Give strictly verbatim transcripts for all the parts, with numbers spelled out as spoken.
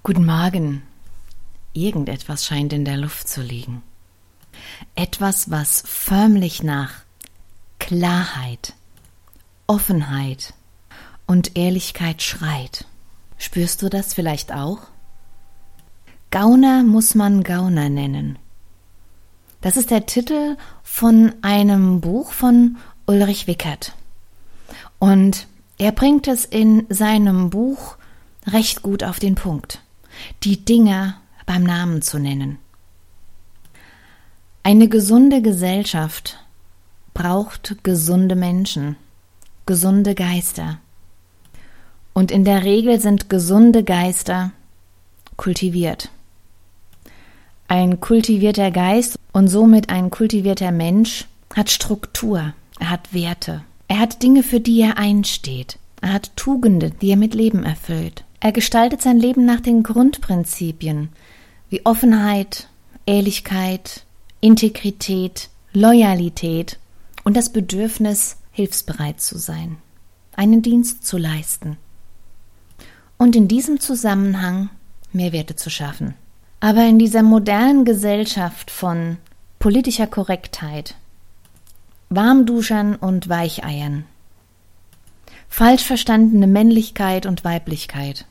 Guten Morgen. Irgendetwas scheint in der Luft zu liegen. Etwas, was förmlich nach Klarheit, Offenheit und Ehrlichkeit schreit. Spürst du das vielleicht auch? Gauner muss man Gauner nennen. Das ist der Titel von einem Buch von Ulrich Wickert. Und er bringt es in seinem Buch recht gut auf den Punkt, die Dinge beim Namen zu nennen. Eine gesunde Gesellschaft braucht gesunde Menschen, gesunde Geister. Und in der Regel sind gesunde Geister kultiviert. Ein kultivierter Geist und somit ein kultivierter Mensch hat Struktur, er hat Werte, er hat Dinge, für die er einsteht, er hat Tugenden, die er mit Leben erfüllt. Er gestaltet sein Leben nach den Grundprinzipien wie Offenheit, Ehrlichkeit, Integrität, Loyalität und das Bedürfnis, hilfsbereit zu sein, einen Dienst zu leisten und in diesem Zusammenhang Mehrwerte zu schaffen. Aber in dieser modernen Gesellschaft von politischer Korrektheit, Warmduschern und Weicheiern, falsch verstandene Männlichkeit und Weiblichkeit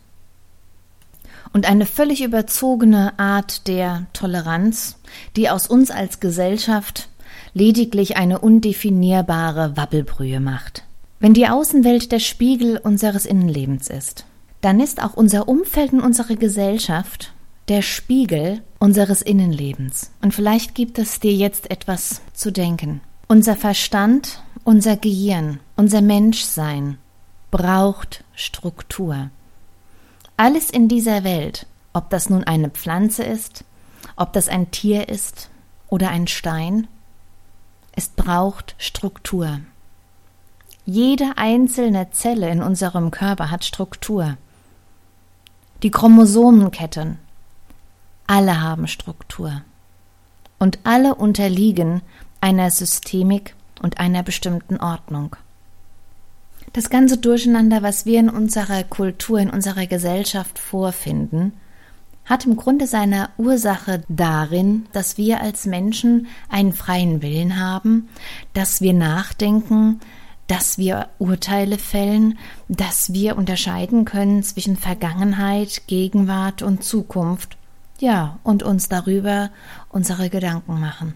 und eine völlig überzogene Art der Toleranz, die aus uns als Gesellschaft lediglich eine undefinierbare Wabbelbrühe macht. Wenn die Außenwelt der Spiegel unseres Innenlebens ist, dann ist auch unser Umfeld und unsere Gesellschaft der Spiegel unseres Innenlebens. Und vielleicht gibt es dir jetzt etwas zu denken. Unser Verstand, unser Gehirn, unser Menschsein braucht Struktur. Alles in dieser Welt, ob das nun eine Pflanze ist, ob das ein Tier ist oder ein Stein, es braucht Struktur. Jede einzelne Zelle in unserem Körper hat Struktur. Die Chromosomenketten, alle haben Struktur. Und alle unterliegen einer Systemik und einer bestimmten Ordnung. Das ganze Durcheinander, was wir in unserer Kultur, in unserer Gesellschaft vorfinden, hat im Grunde seine Ursache darin, dass wir als Menschen einen freien Willen haben, dass wir nachdenken, dass wir Urteile fällen, dass wir unterscheiden können zwischen Vergangenheit, Gegenwart und Zukunft, ja, und uns darüber unsere Gedanken machen.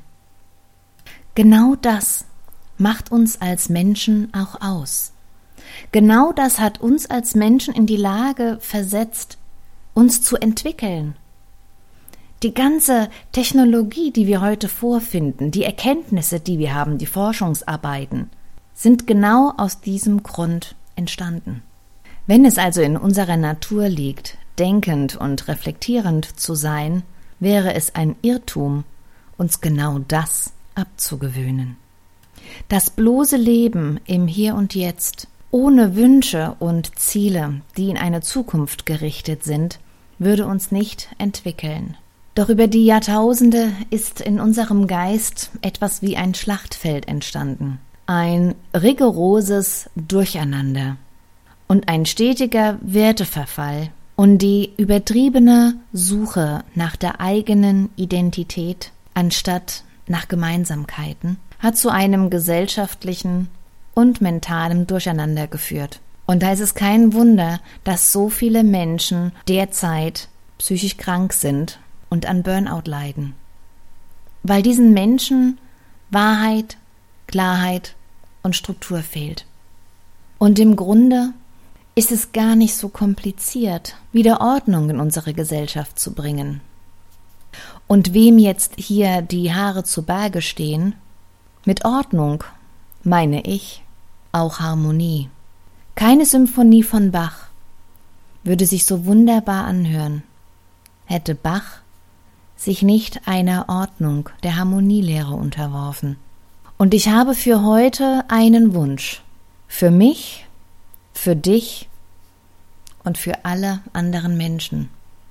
Genau das macht uns als Menschen auch aus. Genau das hat uns als Menschen in die Lage versetzt, uns zu entwickeln. Die ganze Technologie, die wir heute vorfinden, die Erkenntnisse, die wir haben, die Forschungsarbeiten, sind genau aus diesem Grund entstanden. Wenn es also in unserer Natur liegt, denkend und reflektierend zu sein, wäre es ein Irrtum, uns genau das abzugewöhnen. Das bloße Leben im Hier und Jetzt, ohne Wünsche und Ziele, die in eine Zukunft gerichtet sind, würde uns nicht entwickeln. Doch über die Jahrtausende ist in unserem Geist etwas wie ein Schlachtfeld entstanden. Ein rigoroses Durcheinander und ein stetiger Werteverfall und die übertriebene Suche nach der eigenen Identität anstatt nach Gemeinsamkeiten hat zu einem gesellschaftlichen und mentalem Durcheinander geführt. Und da ist es kein Wunder, dass so viele Menschen derzeit psychisch krank sind und an Burnout leiden. Weil diesen Menschen Wahrheit, Klarheit und Struktur fehlt. Und im Grunde ist es gar nicht so kompliziert, wieder Ordnung in unsere Gesellschaft zu bringen. Und wem jetzt hier die Haare zu Berge stehen, mit Ordnung meine ich auch Harmonie. Keine Symphonie von Bach würde sich so wunderbar anhören, hätte Bach sich nicht einer Ordnung der Harmonielehre unterworfen. Und ich habe für heute einen Wunsch, für mich, für dich und für alle anderen Menschen,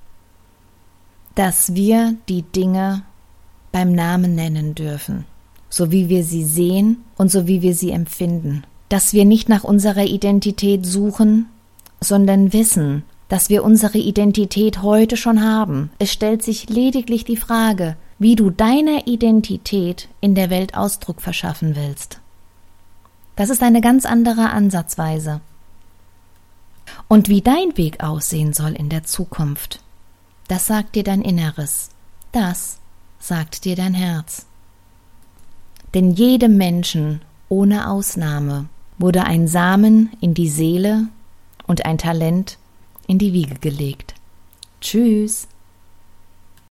dass wir die Dinge beim Namen nennen dürfen, so wie wir sie sehen und so wie wir sie empfinden. Dass wir nicht nach unserer Identität suchen, sondern wissen, dass wir unsere Identität heute schon haben. Es stellt sich lediglich die Frage, wie du deiner Identität in der Welt Ausdruck verschaffen willst. Das ist eine ganz andere Ansatzweise. Und wie dein Weg aussehen soll in der Zukunft, das sagt dir dein Inneres, das sagt dir dein Herz. Denn jedem Menschen, ohne Ausnahme, wurde ein Samen in die Seele und ein Talent in die Wiege gelegt. Tschüss!